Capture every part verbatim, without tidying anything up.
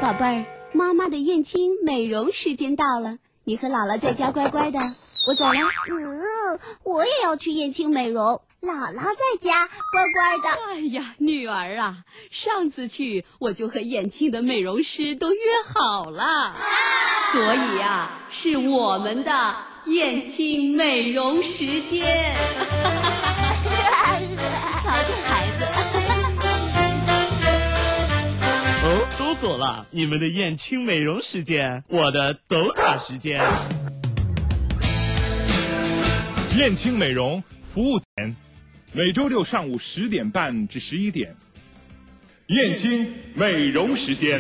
宝贝儿，妈妈的燕青美容时间到了，你和姥姥在家乖乖的，我走了。 嗯，我也要去燕青美容，姥姥在家乖乖的。 哎呀，女儿啊，上次去我就和燕青的美容师都约好了，啊、所以啊，是我们的燕青美容时间。瞧这孩子。 哦，都走了，你们的燕青美容时间，我的斗塔时间。 燕青美容服务点，每周六上午十点半至十一点。燕青美容时间。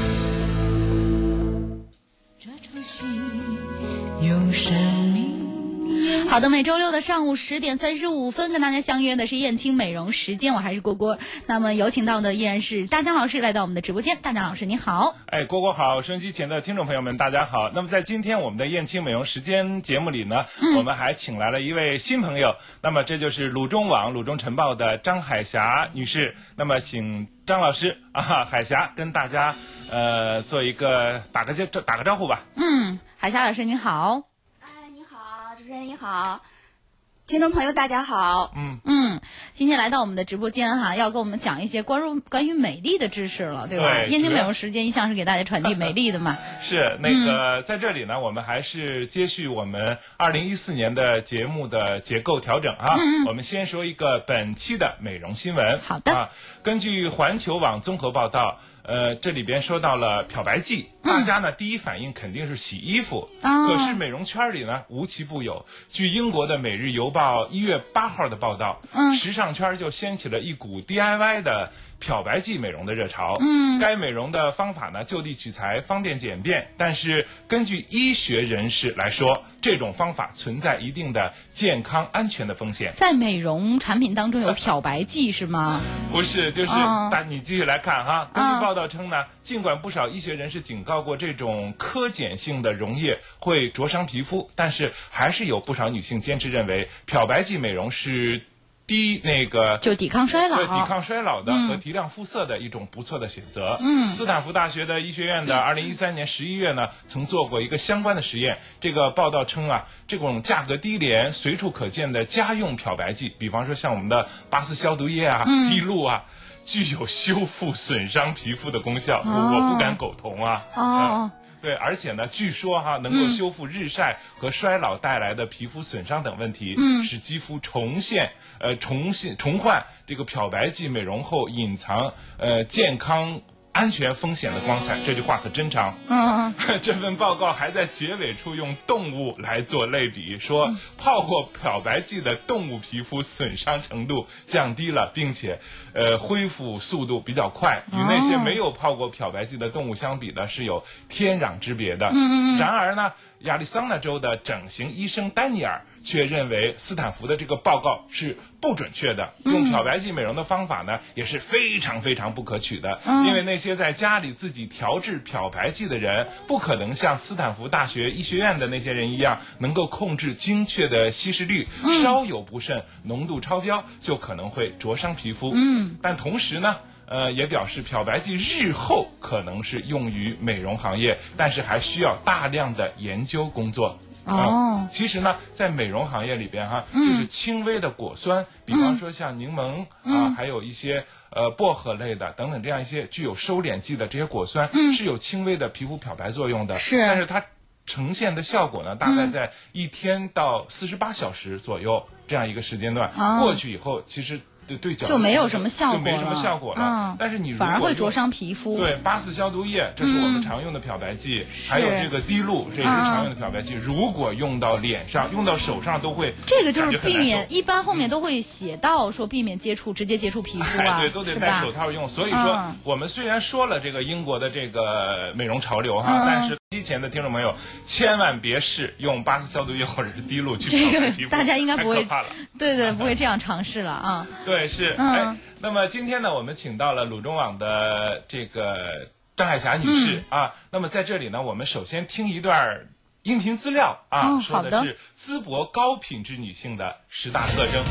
这出戏有生命。好的，每周六的上午十点三十五分，跟大家相约的是燕青美容时间，我还是蝈蝈。那么有请到的依然是大江老师来到我们的直播间。大江老师你好。 哎，蝈蝈好，收音机前的听众朋友们大家好。那么在今天我们的燕青美容时间节目里呢、嗯、我们还请来了一位新朋友，那么这就是鲁中网鲁中晨报的张海霞女士。那么请张老师啊，海霞跟大家呃做一个打个招打个招呼吧。 嗯，海霞老师你好。 主持人你好，听众朋友大家好。 嗯嗯，今天来到我们的直播间哈，要跟我们讲一些关于关于美丽的知识了，对吧？燕青美容时间一向是给大家传递美丽的嘛。 是那个、嗯、在这里呢，我们还是接续我们二零一四年的节目的结构调整啊。嗯、我们先说一个本期的美容新闻。 好的。 啊，根据环球网综合报道。呃，这里边说到了漂白剂，大家呢、嗯、第一反应肯定是洗衣服，哦、可是美容圈里呢无奇不有。据英国的《每日邮报》一月八号的报道，嗯，时尚圈就掀起了一股 D I Y 的漂白剂美容的热潮。嗯，该美容的方法呢就地取材，方便简便，但是根据医学人士来说，这种方法存在一定的健康安全的风险。 在美容产品当中有漂白剂是吗？ 不是，就是、哦、但你继续来看哈，根据报道称呢，尽管不少医学人士警告过这种科碱性的溶液会灼伤皮肤，但是还是有不少女性坚持认为漂白剂美容是低那个就抵抗衰老， 对抵抗衰老的和提亮肤色的一种不错的选择。嗯，斯坦福大学的医学院的二零一三年十一月呢，曾做过一个相关的实验。这个报道称啊，这种价格低廉、随处可见的家用漂白剂，比方说像我们的巴斯消毒液啊、滴露啊。具有修复损伤皮肤的功效，哦、我, 我不敢苟同啊。哦、呃，对，而且呢，据说哈能够修复日晒和衰老带来的皮肤损伤等问题，嗯，使肌肤重现呃重现重焕这个漂白剂美容后隐藏呃健康安全风险的光彩。这句话可真长。嗯，这份报告还在结尾处用动物来做类比，说泡过漂白剂的动物皮肤损伤程度降低了，并且呃恢复速度比较快，与那些没有泡过漂白剂的动物相比呢，是有天壤之别的。嗯，然而呢，亚利桑那州的整形医生丹尼尔却认为斯坦福的这个报告是不准确的，用漂白剂美容的方法呢也是非常非常不可取的，嗯、因为那些在家里自己调制漂白剂的人，不可能像斯坦福大学医学院的那些人一样，能够控制精确的稀释率，嗯、稍有不慎，浓度超标就可能会灼伤皮肤。嗯，但同时呢。呃，也表示漂白剂日后可能是用于美容行业，但是还需要大量的研究工作。哦、呃，其实呢，在美容行业里边哈，嗯、就是轻微的果酸，比方说像柠檬啊、嗯呃，还有一些呃薄荷类的等等这样一些具有收敛剂的这些果酸，嗯、是有轻微的皮肤漂白作用的。 是， 但是它呈现的效果呢，大概在一天到四十八小时左右、嗯、这样一个时间段、哦、过去以后，其实。对对角就没有什么效果了， 就没什么效果了。嗯、但是你如果反而会灼伤皮肤。 对，巴斯消毒液，这是我们常用的漂白剂，嗯、还有这个滴露，这也是常用的漂白剂。嗯、如果用到脸上、用到手上，都会这个就是避免，一般后面都会写到说避免接触，直接接触皮肤啊， 对，都得戴手套用。所以说，嗯、我们虽然说了这个英国的这个美容潮流哈，嗯、但是。之前的听众朋友，千万别试用巴斯消毒液或者是滴露去漂白皮肤， 大家应该不会，对对，不会这样尝试了啊。 对，是。嗯、哎，那么今天呢，我们请到了鲁中网的这个张海霞女士、嗯、啊。那么在这里呢，我们首先听一段音频资料啊， 哦、 说的是淄博高品质女性的十大特征。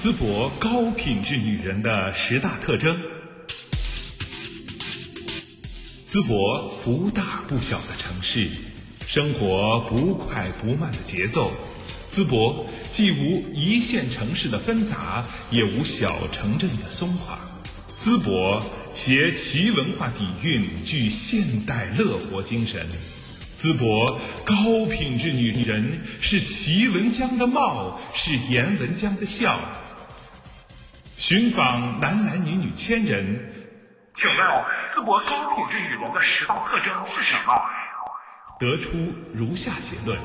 淄博高品质女人的十大特征。淄博不大不小的城市，生活不快不慢的节奏。淄博既无一线城市的纷杂，也无小城镇的松垮。淄博携齐文化底蕴，具现代乐活精神。淄博高品质女人是齐文江的貌，是颜文江的笑。寻访男男女女千人，请问淄博高品质女人的十大特征是什么？得出如下结论：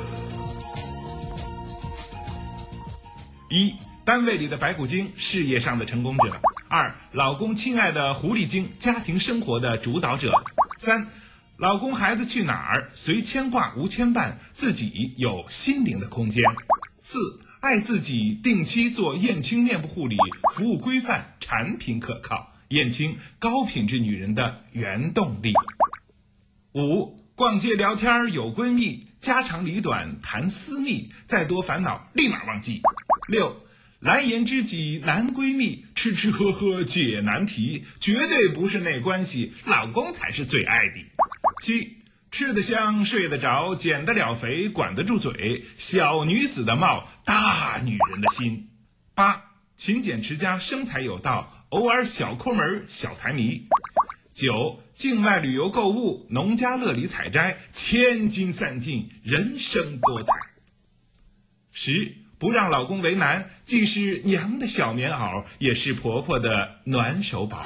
一、单位里的白骨精，事业上的成功者；二、老公亲爱的狐狸精，家庭生活的主导者；三、老公孩子去哪儿，随牵挂无牵绊，自己有心灵的空间；四、爱自己，定期做燕青面部护理，服务规范，产品可靠，燕青高品质女人的原动力。五、逛街聊天有闺蜜，家长里短谈私密，再多烦恼立马忘记。六、蓝颜知己男闺蜜，吃吃喝喝解难题，绝对不是那关系，老公才是最爱的。七、吃得香睡得着，减得了肥管得住嘴，小女子的貌，大女人的心。八、勤俭持家生财有道，偶尔小抠门小财迷。九、境外旅游购物，农家乐里采摘，千金散尽，人生多彩。十、不让老公为难，既是娘的小棉袄，也是婆婆的暖手宝。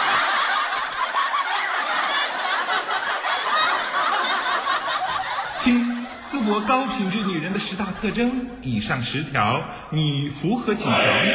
亲，淄博高品质女人的十大特征，以上十条，你符合几条呢？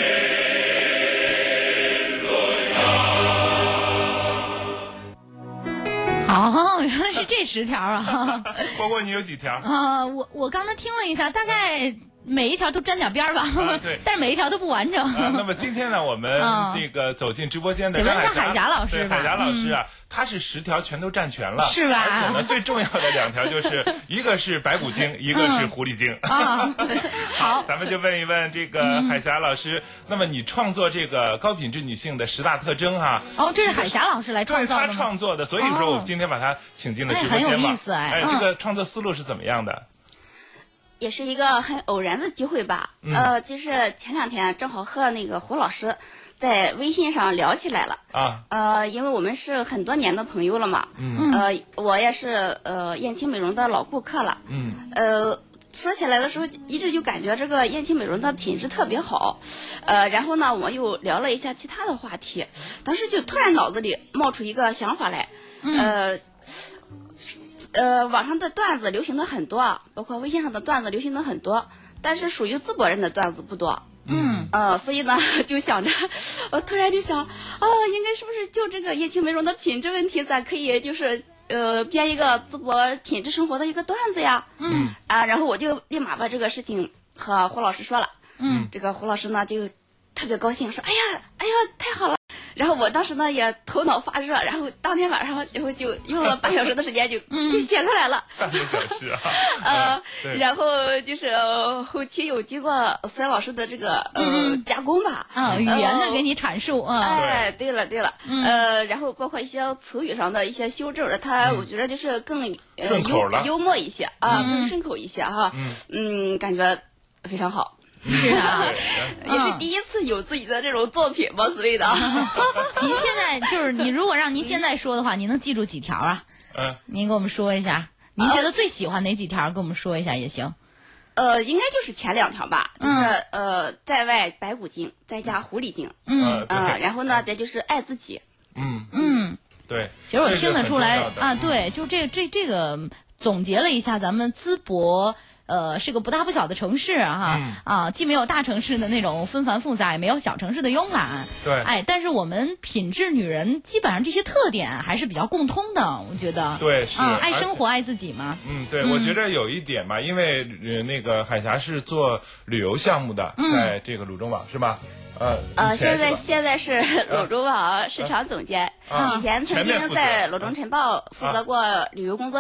哦，原来是这十条啊！ 波波，你有几条？ 啊，我我刚才听了一下，大概每一条都沾点边儿吧， 啊、对， 但是每一条都不完整。 啊、那么今天呢，我们这个走进直播间的得问一下海海霞老师吧。 海霞老师啊，他、嗯、是十条全都占全了， 是吧？ 而且呢，最重要的两条就是一个是白骨精，一个是狐狸精。 啊、好， 咱们就问一问这个海霞老师，嗯、那么你创作这个高品质女性的十大特征哈、啊？ 哦，这是海霞老师来创作的吗？ 对，他创作的，所以说我今天把他请进了直播间嘛。 哎，很有意思哎。 哎，这个创作思路是怎么样的？ 也是一个很偶然的机会吧。嗯、呃，就是前两天正好和那个胡老师在微信上聊起来了。啊。呃，因为我们是很多年的朋友了嘛。嗯。呃，我也是呃燕青美容的老顾客了。嗯。呃，说起来的时候，一直就感觉这个燕青美容的品质特别好。呃，然后呢，我们又聊了一下其他的话题，当时就突然脑子里冒出一个想法来。嗯。呃。呃，网上的段子流行的很多，包括微信上的段子流行的很多，但是属于淄博人的段子不多。嗯。呃，所以呢，就想着，我突然就想，哦，应该是不是就这个燕青美容的品质问题，咱可以就是呃编一个淄博品质生活的一个段子呀。嗯。啊，然后我就立马把这个事情和胡老师说了。嗯。这个胡老师呢就特别高兴，说：“哎呀，哎呀，太好了。”然后我当时呢也头脑发热，然后当天晚上就就用了半小时的时间就、嗯、就写出来了。 半个小时啊。 呃，然后就是后期有经过孙老师的这个呃、嗯、加工吧。 啊，语言的给你阐述啊。 哎，对了对了，嗯、呃，然后包括一些词语上的一些修正，它、嗯、我觉得就是更呃顺口了， 幽默一些啊，嗯、更顺口一些哈。嗯, 嗯，感觉非常好。 是啊， 也是第一次有自己的这种作品吧，所谓的。 您现在就是你，如果让您现在说的话，您能记住几条啊？嗯，您给我们说一下，您觉得最喜欢哪几条？跟我们说一下也行。 呃，应该就是前两条吧，就是、嗯、呃，在外白骨精，在家狐狸精。 嗯嗯、呃，然后呢，再就是爱自己。 嗯嗯， 对。 其实我听得出来啊，对，就这这这个总结了一下咱们淄博。呃，是个不大不小的城市哈、嗯、啊，既没有大城市的那种纷繁复杂，也没有小城市的慵懒。 对， 哎，但是我们品质女人基本上这些特点还是比较共通的，我觉得。 对，是啊，爱生活，爱自己嘛。 嗯，对，嗯、我觉得有一点吧，因为呃那个海霞是做旅游项目的，嗯、在这个鲁中网是吧？呃呃，现在现在是鲁中网市场总监，啊、以前曾经在鲁中晨报负责过旅游工作室。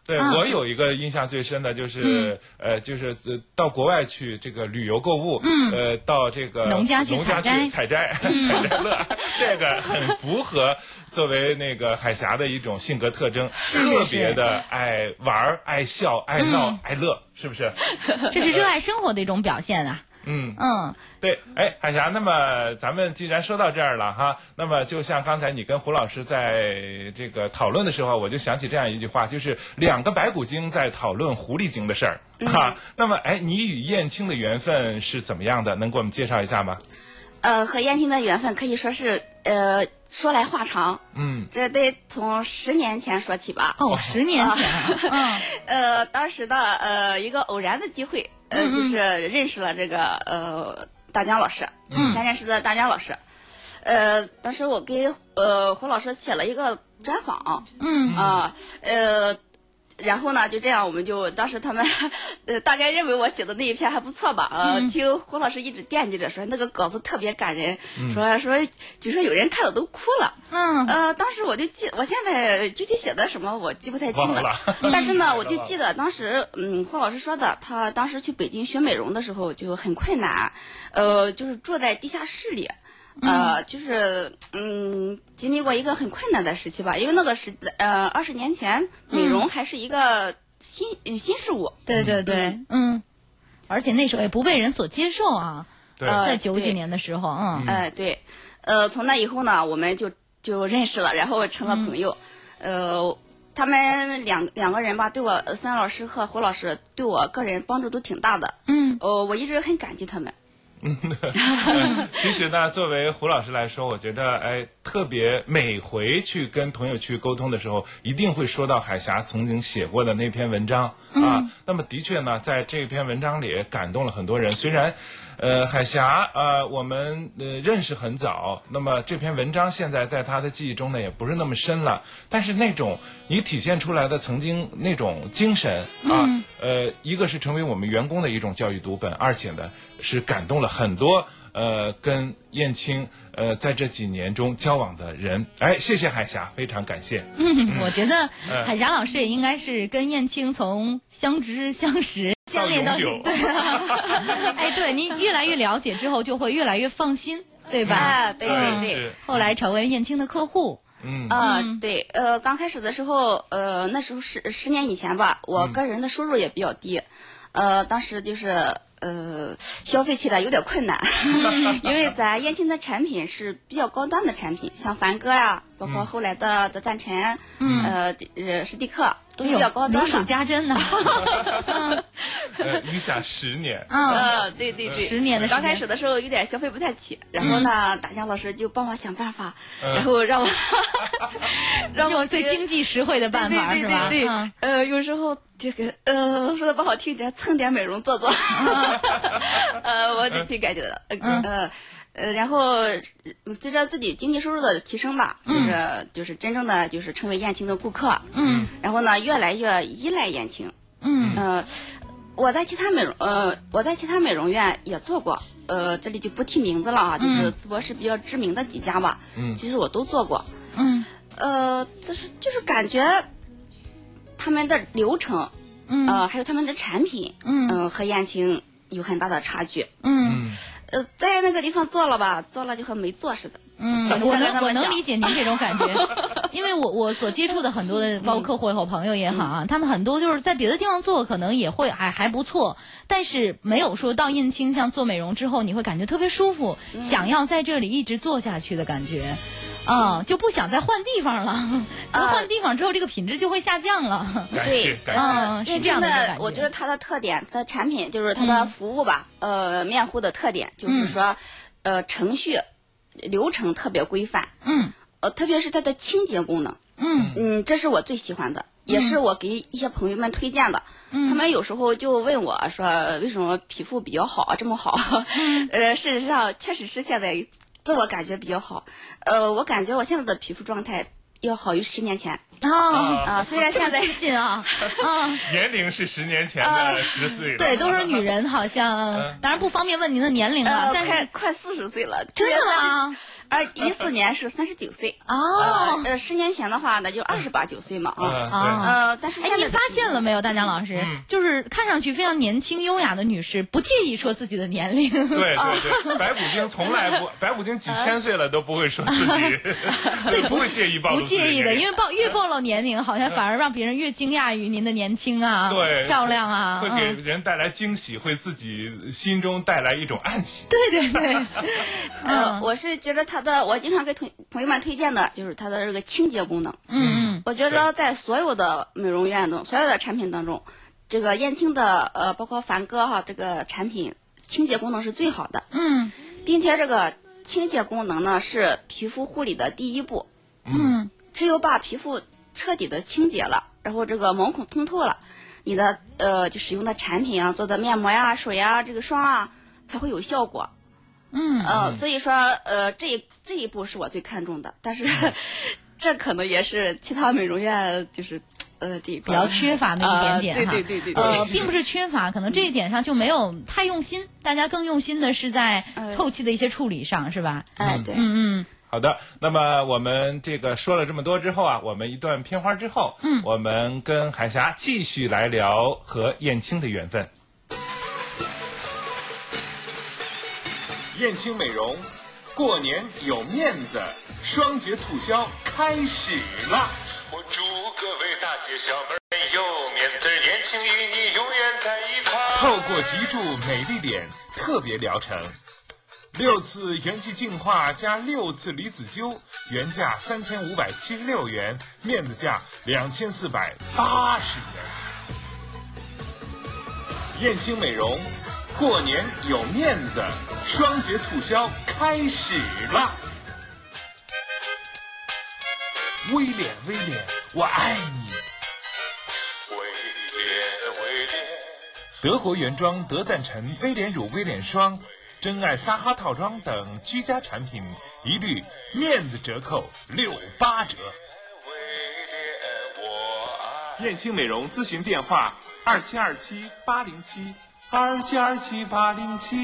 对、啊、我有一个印象最深的就是，嗯、呃，就是到国外去这个旅游购物，嗯，呃，到这个农家去采摘， 采摘，采摘乐，这个很符合作为那个海峡的一种性格特征，特别的爱玩、爱笑、爱闹、嗯、爱乐，是不是？ 这是热爱生活的一种表现啊。 嗯嗯，对，哎，海霞，那么咱们既然说到这儿了哈，那么就像刚才你跟胡老师在这个讨论的时候，我就想起这样一句话，就是两个白骨精在讨论狐狸精的事儿哈、嗯。那么，哎，你与燕青的缘分是怎么样的？能给我们介绍一下吗？ 呃，和燕青的缘分可以说是呃说来话长，嗯，这得从十年前说起吧。 哦，十年前， 嗯，呃，当时的呃一个偶然的机会。呃，就是认识了这个呃大江老师，以前认识的大江老师，呃，当时我给呃胡老师写了一个专访，嗯啊呃，然后呢就这样，我们就当时他们呃大概认为我写的那一篇还不错吧，呃，嗯、听胡老师一直惦记着说那个稿子特别感人，嗯、说说就说有人看了都哭了，嗯呃，当时我就记，我现在具体写的什么我记不太清了，了但是呢，我就记得当时嗯胡老师说的，他当时去北京学美容的时候就很困难，呃，就是住在地下室里。呃，就是嗯，经历过一个很困难的时期吧，因为那个时呃二十年前，美容还是一个新、嗯、新事物。 对对对，嗯，嗯而且那时候也不被人所接受啊。 对， 呃、在九几年的时候，嗯， 哎、呃、对，呃，从那以后呢，我们就就认识了，然后成了朋友。嗯、呃，他们两两个人吧，对我孙老师和胡老师对我个人帮助都挺大的。嗯，呃，我一直很感激他们。 嗯，其实呢，作为胡老师来说，我觉得，哎，特别每回去跟朋友去沟通的时候，一定会说到海霞曾经写过的那篇文章、嗯、啊。那么，的确呢，在这篇文章里感动了很多人。虽然，呃，海霞呃，我们呃认识很早，那么这篇文章现在在他的记忆中呢，也不是那么深了。但是那种你体现出来的曾经那种精神啊，嗯、呃，一个是成为我们员工的一种教育读本，而且呢。是感动了很多呃跟燕青呃在这几年中交往的人，哎，谢谢海霞，非常感谢。 嗯，我觉得海霞老师也应该是跟燕青从相知相识相恋到对，哎，对，您越来越了解之后，就会越来越放心，对吧？ 啊，对对对。 后来成为燕青的客户。 嗯啊、呃，对，呃，刚开始的时候，呃，那时候是十年以前吧，我个人的收入也比较低，嗯、呃，当时就是。呃，消费起来有点困难，因为咱燕青的产品是比较高端的产品，像梵歌呀、啊，包括后来的的赞晨，嗯，呃，呃，史蒂克都是比较高端的。 如数家珍呢。 呃，你想十年？ 嗯，对对对， 十年的时间。 刚开始的时候有点消费不太起，然后呢，大江老师就帮我想办法，然后让我让我最经济实惠的办法是吧？ 对对对，呃，有时候。这个呃，说的不好听点，蹭点美容做做，呃，我就挺感觉的，呃呃，然后随着自己经济收入的提升吧，就是、嗯、就是真正的就是成为燕青的顾客，嗯，然后呢，越来越依赖燕青，嗯，呃，我在其他美容呃，我在其他美容院也做过，呃，这里就不提名字了啊，就是淄博市比较知名的几家吧，嗯，其实我都做过，嗯，呃，就是就是感觉。他们的流程，嗯，呃，还有他们的产品，嗯，呃、和燕青有很大的差距，嗯，呃，在那个地方做了吧，做了就和没做似的， 嗯，我能我能理解您这种感觉，因为我我所接触的很多的包括客户也好，朋友也好啊，嗯、他们很多就是在别的地方做，可能也会还还不错，但是没有说到燕青像做美容之后，你会感觉特别舒服，嗯、想要在这里一直做下去的感觉。啊、嗯，就不想再换地方了。咱换地方之后，这个品质就会下降了。 对， 嗯，是这样的感觉。 我觉得它的特点，它的产品就是它的服务吧，嗯、呃，面护的特点就是说，嗯、呃，程序流程特别规范。嗯。呃，特别是它的清洁功能。嗯嗯，这是我最喜欢的，也是我给一些朋友们推荐的。嗯。他们有时候就问我说，为什么皮肤比较好，这么好？嗯、呃，事实上，确实是现在。自我感觉比较好，呃，我感觉我现在的皮肤状态要好于十年前。 哦啊、呃，虽然现在自信啊，啊， 年龄是十年前的十岁了。 对，都是女人，好像，当然不方便问您的年龄了， 呃、 但是快快四十岁了， 真的吗？ 呃，一四年是三十九岁哦， 呃，十年前的话那就二十八九岁嘛啊啊呃，但是现在你发现了没有，大江老师，就是看上去非常年轻优雅的女士，不介意说自己的年龄。 对对对，白骨精从来不，白骨精几千岁了都不会说自己， 对， 不会介意暴露不介意的，因为暴越暴露年龄，好像反而让别人越惊讶于您的年轻啊， 对， 漂亮啊， 会给人带来惊喜，会自己心中带来一种暗喜。 对对对， 呃，我是觉得它的，我经常给同朋友们推荐的就是它的这个清洁功能。 嗯， 我觉得在所有的美容院中，所有的产品当中，这个燕青的呃，包括梵歌哈这个产品，清洁功能是最好的。 嗯， 并且这个清洁功能呢是皮肤护理的第一步。 嗯， 只有把皮肤彻底的清洁了，然后这个毛孔通透了，你的呃就使用的产品啊，做的面膜呀、水呀、这个霜啊才会有效果。 嗯， 呃，所以说呃这一这一步是我最看重的，但是这可能也是其他美容院就是呃这一比较缺乏的一点点哈。 呃、对对对对对。 呃，并不是缺乏，可能这一点上就没有太用心，大家更用心的是在后期的一些处理上，是吧？ 哎，对， 嗯嗯。 好的，那么我们这个说了这么多之后啊，我们一段片花之后，嗯，我们跟海霞继续来聊和燕青的缘分。 燕青美容，过年有面子，双节促销开始了。 我祝各位大姐小妹有面子，燕青与你永远在一块。 透过脊柱美丽脸特别疗程。六次元气净化加六次离子灸，原价三千五百七十六元，面子价两千四百八十元。燕青美容，过年有面子，双节促销开始了。威廉，威廉，我爱你。 威廉，威廉。 德国原装德赞臣威廉乳威廉霜。真爱撒哈套装等居家产品一律面子折扣六八折。燕青美容咨询电话二七二七八零七二七二七八零七。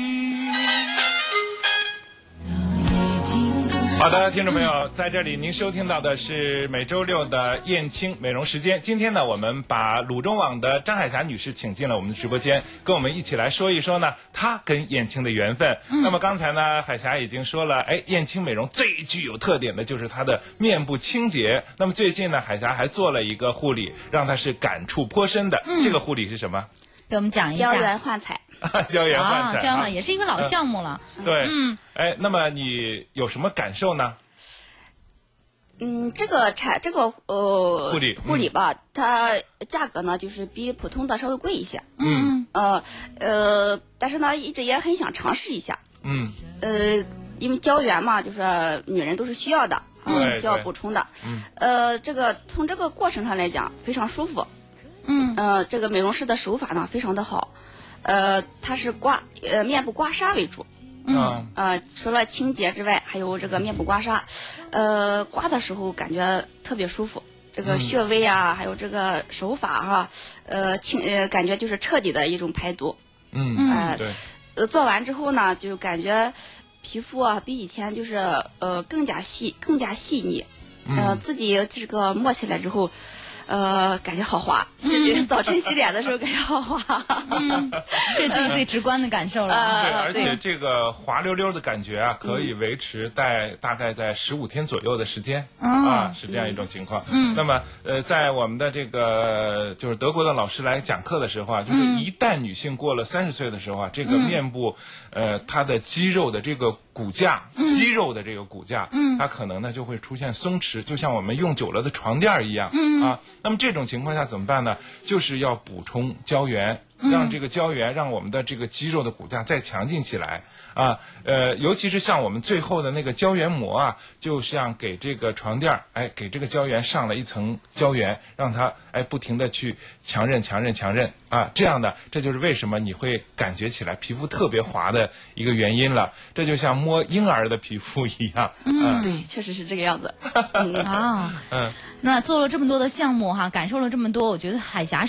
好的，听众朋友，在这里您收听到的是每周六的燕青美容时间。今天呢，我们把鲁中网的张海霞女士请进了我们的直播间，跟我们一起来说一说呢，她跟燕青的缘分。嗯、那么刚才呢，海霞已经说了，哎，燕青美容最具有特点的就是她的面部清洁。那么最近呢，海霞还做了一个护理，让她是感触颇深的。嗯、这个护理是什么？ 给我们讲一下。 胶原焕彩。 胶原焕彩， 啊，胶原焕彩也是一个老项目了。 呃、对，嗯，哎，那么你有什么感受呢？ 嗯，这个产这个呃护理护理吧，嗯、它价格呢就是比普通的稍微贵一些。 嗯呃呃，但是呢，一直也很想尝试一下。 嗯。 呃，因为胶原嘛，就是女人都是需要的，嗯，需要补充的。 嗯。 呃，这个从这个过程上来讲非常舒服。 嗯。 呃，这个美容师的手法呢非常的好。呃，它是刮呃面部刮痧为主， 嗯， 呃，除了清洁之外，还有这个面部刮痧，呃，刮的时候感觉特别舒服，这个穴位啊，嗯、还有这个手法哈、啊，呃，清呃，感觉就是彻底的一种排毒， 嗯， 呃， 对， 呃，做完之后呢，就感觉皮肤啊比以前就是呃更加细，更加细腻，呃，自己这个摸起来之后。呃，感觉好滑，洗、嗯、早晨洗脸的时候感觉好滑， 嗯，这是自己最直观的感受了。 呃、 对，而且这个滑溜溜的感觉啊，可以维持在大概在十五天左右的时间、嗯、啊，是这样一种情况。嗯，那么呃，在我们的这个就是德国的老师来讲课的时候啊，就是一旦女性过了三十岁的时候啊，这个面部呃它的肌肉的这个骨架，肌肉的这个骨架，嗯，它可能呢就会出现松弛，就像我们用久了的床垫一样，嗯啊。那么这种情况下怎么办呢？就是要补充胶原，让这个胶原让我们的这个肌肉的骨架再强劲起来啊。呃，尤其是像我们最后的那个胶原膜啊，就像给这个床垫，哎，给这个胶原上了一层胶原，让它哎不停的去强韧、强韧、强韧啊。这样的，这就是为什么你会感觉起来皮肤特别滑的一个原因了。这就像摸婴儿的皮肤一样。 嗯，啊、对，确实是这个样子。 嗯、啊，嗯，那做了这么多的项目哈，感受了这么多，我觉得海霞是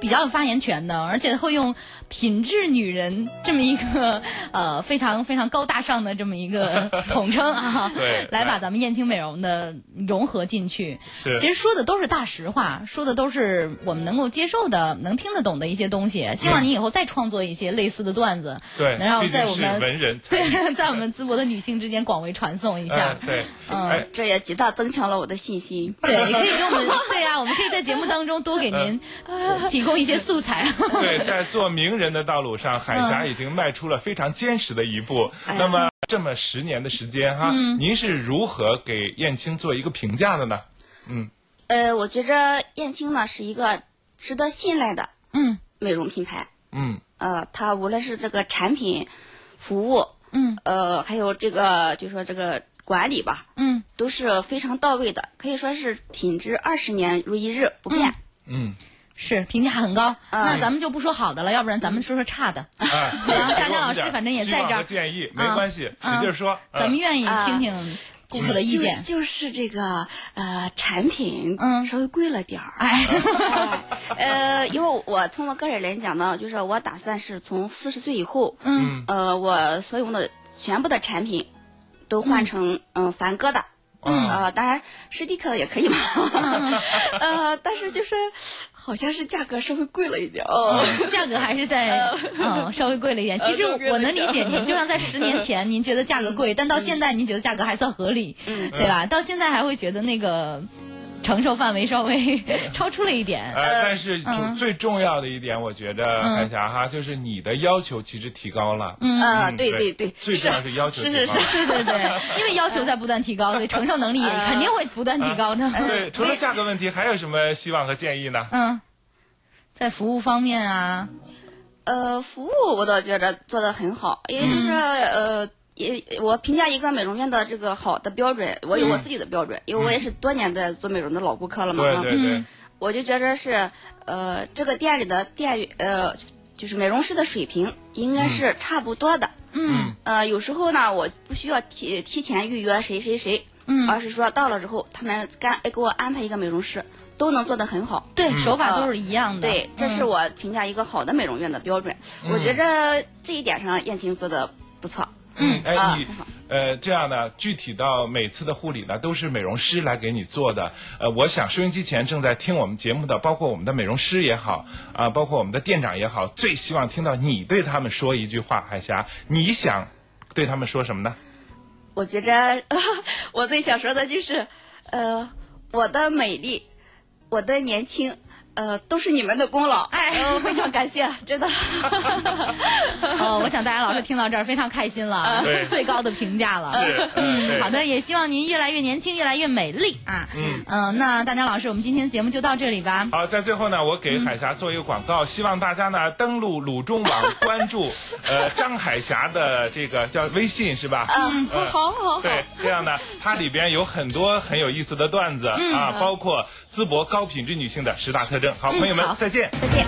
比较有发言权的，而且会用品质女人这么一个呃非常非常高大上的这么一个统称啊， 对， 来把咱们燕青美容的融合进去。 是， 其实说的都是大实话，说的都是我们能够接受的、能听得懂的一些东西。希望你以后再创作一些类似的段子， 对， 能让在我们文人对在我们淄博的女性之间广为传颂一下。 呃、对， 嗯、 哎， 这也极大增强了我的信心。 对，也可以给我们对呀、啊，我们可以在节目当中多给您提供一些素材。 对，在做名人的道路上，海霞已经迈出了非常坚实的一步。嗯、那么这么十年的时间哈，嗯、您是如何给燕青做一个评价的呢？嗯， 呃，我觉着燕青呢是一个值得信赖的嗯美容品牌。 嗯， 呃，它无论是这个产品、服务， 嗯， 呃，还有这个就说这个管理吧， 嗯， 都是非常到位的，可以说是品质二十年如一日不变。 嗯。嗯是评价很高，嗯、那咱们就不说好的了，要不然咱们说说差的。 啊， 然后佳佳老师反正也在这儿， 建议没关系， 啊、 使劲说、 啊。咱们愿意听听顾客的意见。 就是、就是这个呃产品， 嗯， 稍微贵了点儿。 哎， 呃，因为我从我个人来讲呢，就是我打算是从四十岁以后， 嗯， 呃，我所用的全部的产品都换成嗯、呃、梵歌的。 嗯， 呃，当然实体课也可以嘛，呃，但是就是好像是价格稍微贵了一点哦， 价格还是在嗯稍微贵了一点。其实我能理解您，就像在十年前您觉得价格贵，但到现在您觉得价格还算合理， 嗯， 对吧？到现在还会觉得那个承受范围稍微超出了一点。 呃，但是主、嗯、最重要的一点，我觉得海霞哈，就是你的要求其实提高了。 嗯啊、嗯，对对对， 最重要是要求提高了。 是是是， 对对对，因为要求在不断提高，所以承受能力肯定会不断提高的。 呃、对，除了价格问题，还有什么希望和建议呢？ 嗯，在服务方面啊， 呃，服务我倒觉得做得很好，因为就是、嗯、呃。也我评价一个美容院的这个好的标准，我有我自己的标准，嗯、因为我也是多年在做美容的老顾客了嘛。 对对对。 嗯、我就觉着是，呃，这个店里的店呃，就是美容师的水平应该是差不多的。 嗯。 呃，有时候呢，我不需要提提前预约谁谁谁， 嗯， 而是说到了之后，他们干给我安排一个美容师，都能做得很好。 对，嗯、手法都是一样的。 呃、对，这是我评价一个好的美容院的标准。嗯、我觉着这一点上，燕青做的不错。 嗯，哎，你呃这样呢，具体到每次的护理呢，都是美容师来给你做的。呃，我想收音机前正在听我们节目的，包括我们的美容师也好，啊、呃，包括我们的店长也好，最希望听到你对他们说一句话。海霞，你想对他们说什么呢？ 我觉着我最想说的就是，呃，我的美丽，我的年轻。呃，都是你们的功劳，哎，呃、非常感谢，真的。 哦，我想大家老师听到这儿非常开心了，最高的评价了。嗯，好的，也希望您越来越年轻，越来越美丽啊。嗯嗯、呃，那大家老师，我们今天节目就到这里吧。 好，在最后呢，我给海霞做一个广告，嗯、希望大家呢登录鲁中网，关注呃张海霞的这个叫微信是吧？ 嗯，呃、好好好。 对，这样呢，它里边有很多很有意思的段子、嗯、啊，包括淄博高品质女性的十大特征。好，朋友们， 嗯、 再见。 再见。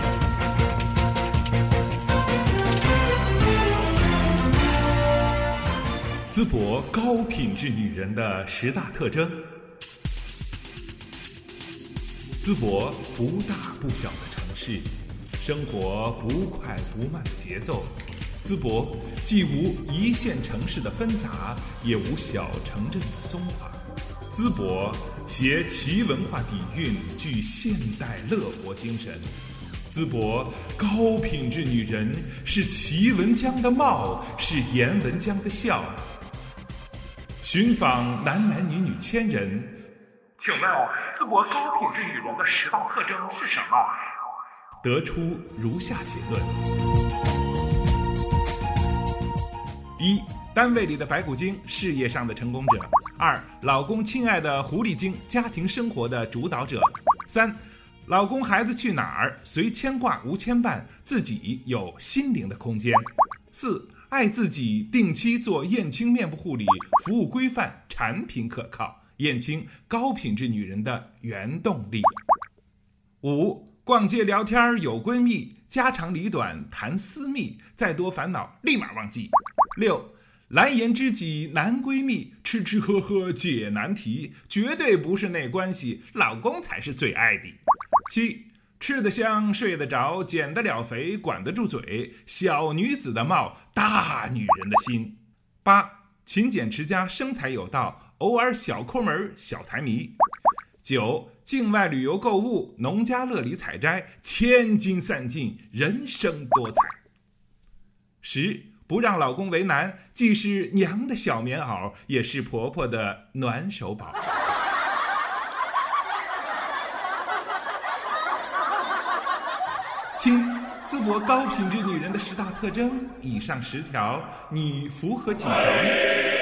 淄博高品质女人的十大特征。淄博不大不小的城市，生活不快不慢的节奏。淄博既无一线城市的纷杂，也无小城镇的松垮。淄博携齐文化底蕴，具现代乐活精神。淄博高品质女人是齐文江的貌，是颜文江的笑。寻访男男女女千人，请问淄博高品质女人的十大特征是什么？得出如下结论：一、单位里的白骨精，事业上的成功者；二、老公亲爱的狐狸精，家庭生活的主导者；三、老公孩子去哪儿，随牵挂无牵绊，自己有心灵的空间；四、爱自己，定期做燕青面部护理，服务规范，产品可靠，燕青高品质女人的原动力；五、逛街聊天有闺蜜，家长里短谈私密，再多烦恼立马忘记；六、蓝颜知己男闺蜜，吃吃喝喝解难题，绝对不是那关系，老公才是最爱的。七、 吃得香，睡得着，减得了肥，管得住嘴，小女子的貌，大女人的心。八，勤俭持家，生财有道，偶尔小抠门，小财迷。九，境外旅游购物，农家乐里采摘，千金散尽，人生多彩。十，不让老公为难，既是娘的小棉袄，也是婆婆的暖手宝。亲，淄博高品质女人的十大特征，以上十条，你符合几条呢？